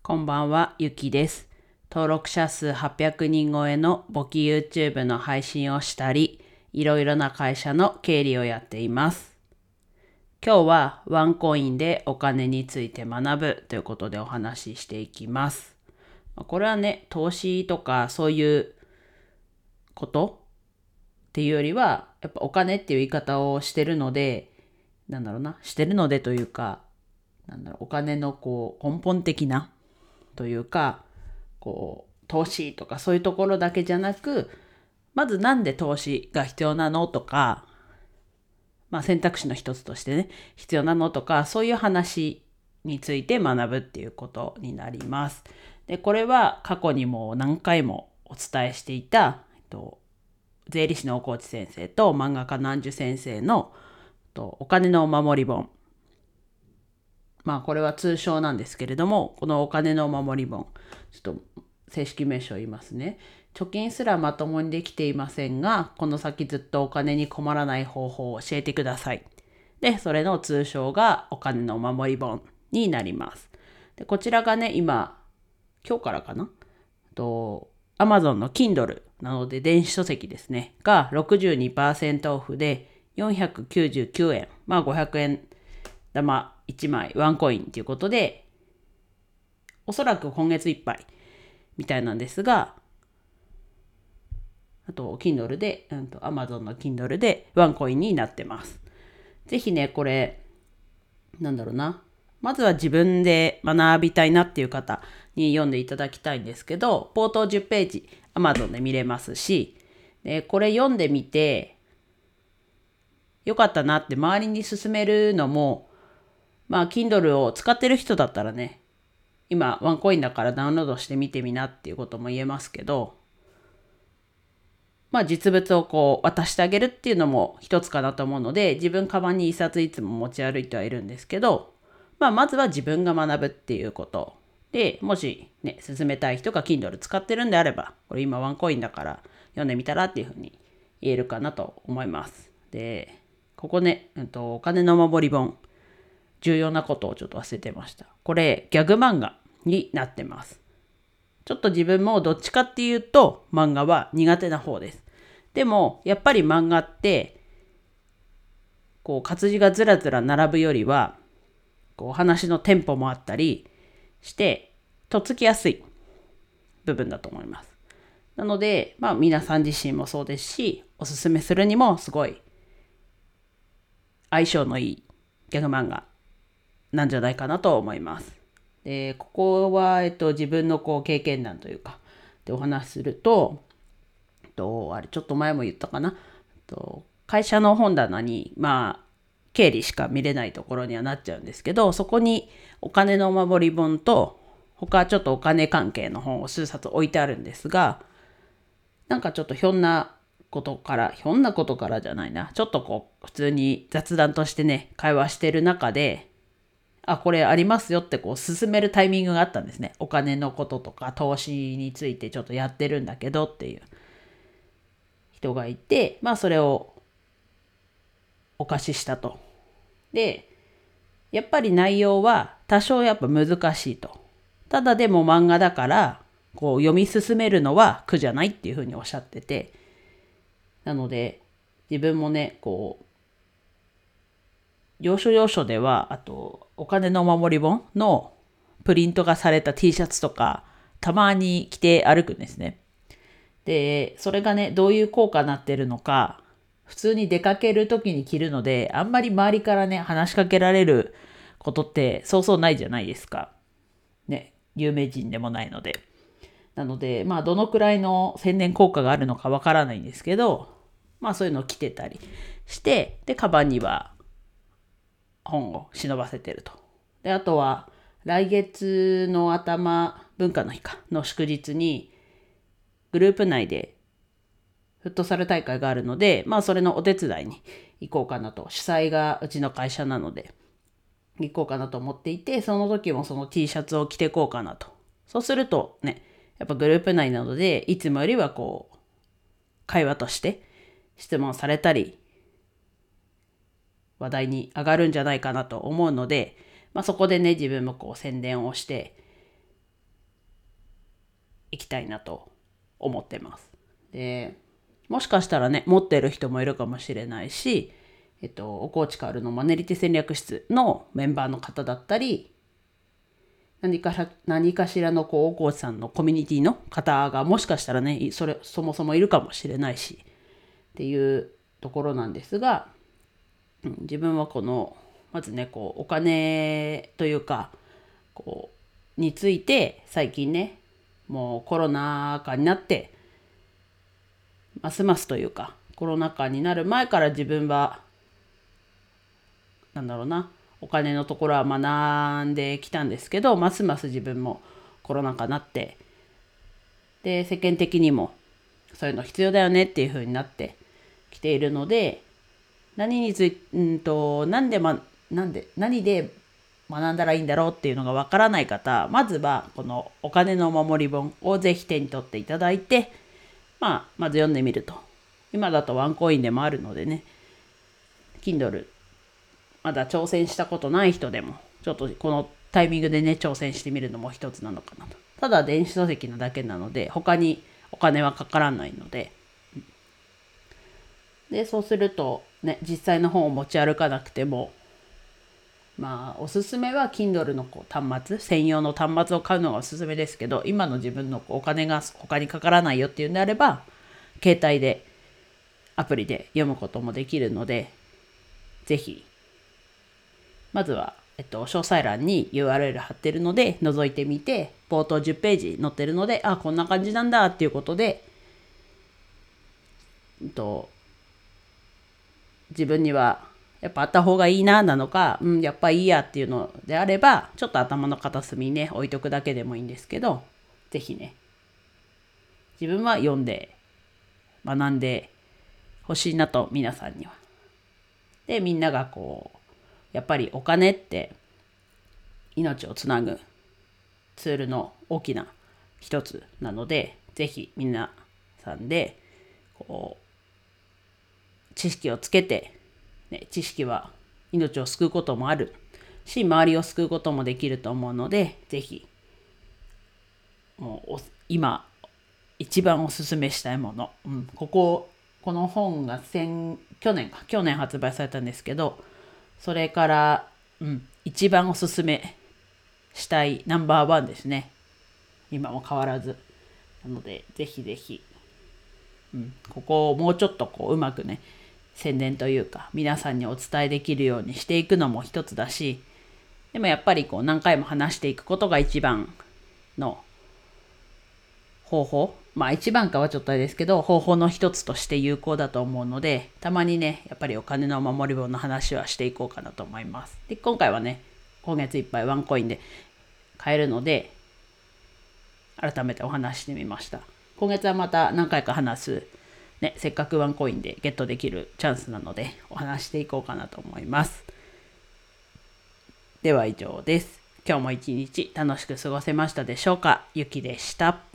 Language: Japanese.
こんばんは、ゆきです。登録者数800人超えの簿記 YouTube の配信をしたり、いろいろな会社の経理をやっています。今日はワンコインでお金について学ぶということでお話ししていきます。これはね、投資とかそういうことっていうよりは、やっぱお金っていう言い方をしてるので、してるのでというか、お金の根本的なというか、投資とかそういうところだけじゃなく、まずなんで投資が必要なのとか、選択肢の一つとしてね、必要なのとか、そういう話について学ぶっていうことになります。で、これは過去にも何回もお伝えしていた、税理士の大河内先生と漫画家南樹先生のお金のお守り本。これは通称なんですけれども、このお金のお守り本、ちょっと正式名称を言いますね。貯金すらまともにできていませんが、この先ずっとお金に困らない方法を教えてください。で、それの通称がお金のお守り本になります。で、こちらがね、今日からかなAmazon の Kindle なので電子書籍ですね、が 62% オフで499円。500円玉1枚ワンコインということで、おそらく今月いっぱいみたいなんですが、あと Kindle で、Amazon の Kindle でワンコインになってます。ぜひね、これ、まずは自分で学びたいなっていう方に読んでいただきたいんですけど、冒頭10ページ Amazon で見れますし、でこれ読んでみて、よかったなって周りに勧めるのも、Kindle を使ってる人だったらね、今ワンコインだからダウンロードしてみてみなっていうことも言えますけど、実物を渡してあげるっていうのも一つかなと思うので、自分カバンに一冊いつも持ち歩いてはいるんですけど、まずは自分が学ぶっていうことで、もしね、進めたい人が Kindle 使ってるんであれば、これ今ワンコインだから読んでみたらっていうふうに言えるかなと思います。で、ここね、お金の守り本、重要なことをちょっと忘れてました。これギャグ漫画になってます。ちょっと自分もどっちかっていうと漫画は苦手な方です。でもやっぱり漫画って活字がずらずら並ぶよりは話のテンポもあったりしてとっつきやすい部分だと思います。なので皆さん自身もそうですし、おすすめするにもすごい相性のいいギャグ漫画なんじゃないかなと思います。で、ここは、自分の経験談というかでお話しすると、あれちょっと前も言ったかな、会社の本棚に経理しか見れないところにはなっちゃうんですけど、そこにお金のお守り本と他ちょっとお金関係の本を数冊置いてあるんですが、ちょっとひょんなことからじゃないな、ちょっと普通に雑談としてね会話してる中で、これありますよって進めるタイミングがあったんですね。お金のこととか投資についてちょっとやってるんだけどっていう人がいて、それをお貸ししたと。で、やっぱり内容は多少やっぱ難しいと。ただでも漫画だから読み進めるのは苦じゃないっていうふうにおっしゃってて、なので自分もね要所要所では、あとお金のお守り本のプリントがされた T シャツとかたまに着て歩くんですね。で、それがねどういう効果になってるのか、普通に出かける時に着るので、あんまり周りからね話しかけられることってそうそうないじゃないですかね。有名人でもないので。なのでどのくらいの宣伝効果があるのかわからないんですけど、そういうのを着てたりして、でカバンには本を忍ばせてると。で、あとは来月の頭、文化の日かの祝日にグループ内でフットサル大会があるので、それのお手伝いに行こうかなと。主催がうちの会社なので行こうかなと思っていて、その時もその T シャツを着ていこうかなと。そうするとね、やっぱグループ内なのでいつもよりは会話として質問されたり話題に上がるんじゃないかなと思うので、そこでね自分も宣伝をしていきたいなと思ってます。で、もしかしたらね、持ってる人もいるかもしれないし、おコーチカールのマネリティ戦略室のメンバーの方だったり、何かしらのおコーチさんのコミュニティの方がもしかしたらね、そもそもいるかもしれないしっていうところなんですが、自分はまずね、お金というか、について最近ね、もうコロナ禍になって、ますますというか、コロナ禍になる前から自分は、お金のところは学んできたんですけど、ますます自分もコロナ禍になって、で、世間的にもそういうの必要だよねっていう風になってきているので、何で学んだらいいんだろうっていうのがわからない方、まずはこのお金のお守り本をぜひ手に取っていただいて、まず読んでみると。今だとワンコインでもあるのでね、Kindle、まだ挑戦したことない人でも、ちょっとこのタイミングでね、挑戦してみるのも一つなのかなと。ただ電子書籍なだけなので、他にお金はかからないので、で、そうするとね、実際の本を持ち歩かなくても、おすすめは Kindle の端末、専用の端末を買うのがおすすめですけど、今の自分のお金が他にかからないよっていうんであれば、携帯で、アプリで読むこともできるので、ぜひ、まずは、詳細欄に URL 貼ってるので、覗いてみて、冒頭10ページ載ってるので、こんな感じなんだっていうことで、自分にはやっぱあった方がいいなのか、やっぱいいやっていうのであれば、ちょっと頭の片隅にね、置いとくだけでもいいんですけど、ぜひね、自分は読んで、学んでほしいなと、皆さんには。で、みんながやっぱりお金って命をつなぐツールの大きな一つなので、ぜひ皆さんで、知識をつけて、知識は命を救うこともあるし、周りを救うこともできると思うので、ぜひ、もう今、一番おすすめしたいもの。この本が去年発売されたんですけど、それから、一番おすすめしたいナンバーワンですね。今も変わらず。なので、ぜひぜひ、ここをもうちょっとうまくね、宣伝というか皆さんにお伝えできるようにしていくのも一つだし、でもやっぱり何回も話していくことが一番の方法、一番かはちょっとあれですけど、方法の一つとして有効だと思うので、たまにね、やっぱりお金のお守り本の話はしていこうかなと思います。で、今回はね、今月いっぱいワンコインで買えるので、改めてお話してみました。今月はまた何回か話すせっかくワンコインでゲットできるチャンスなので、お話していこうかなと思います。では以上です。今日も一日楽しく過ごせましたでしょうか。ゆきでした。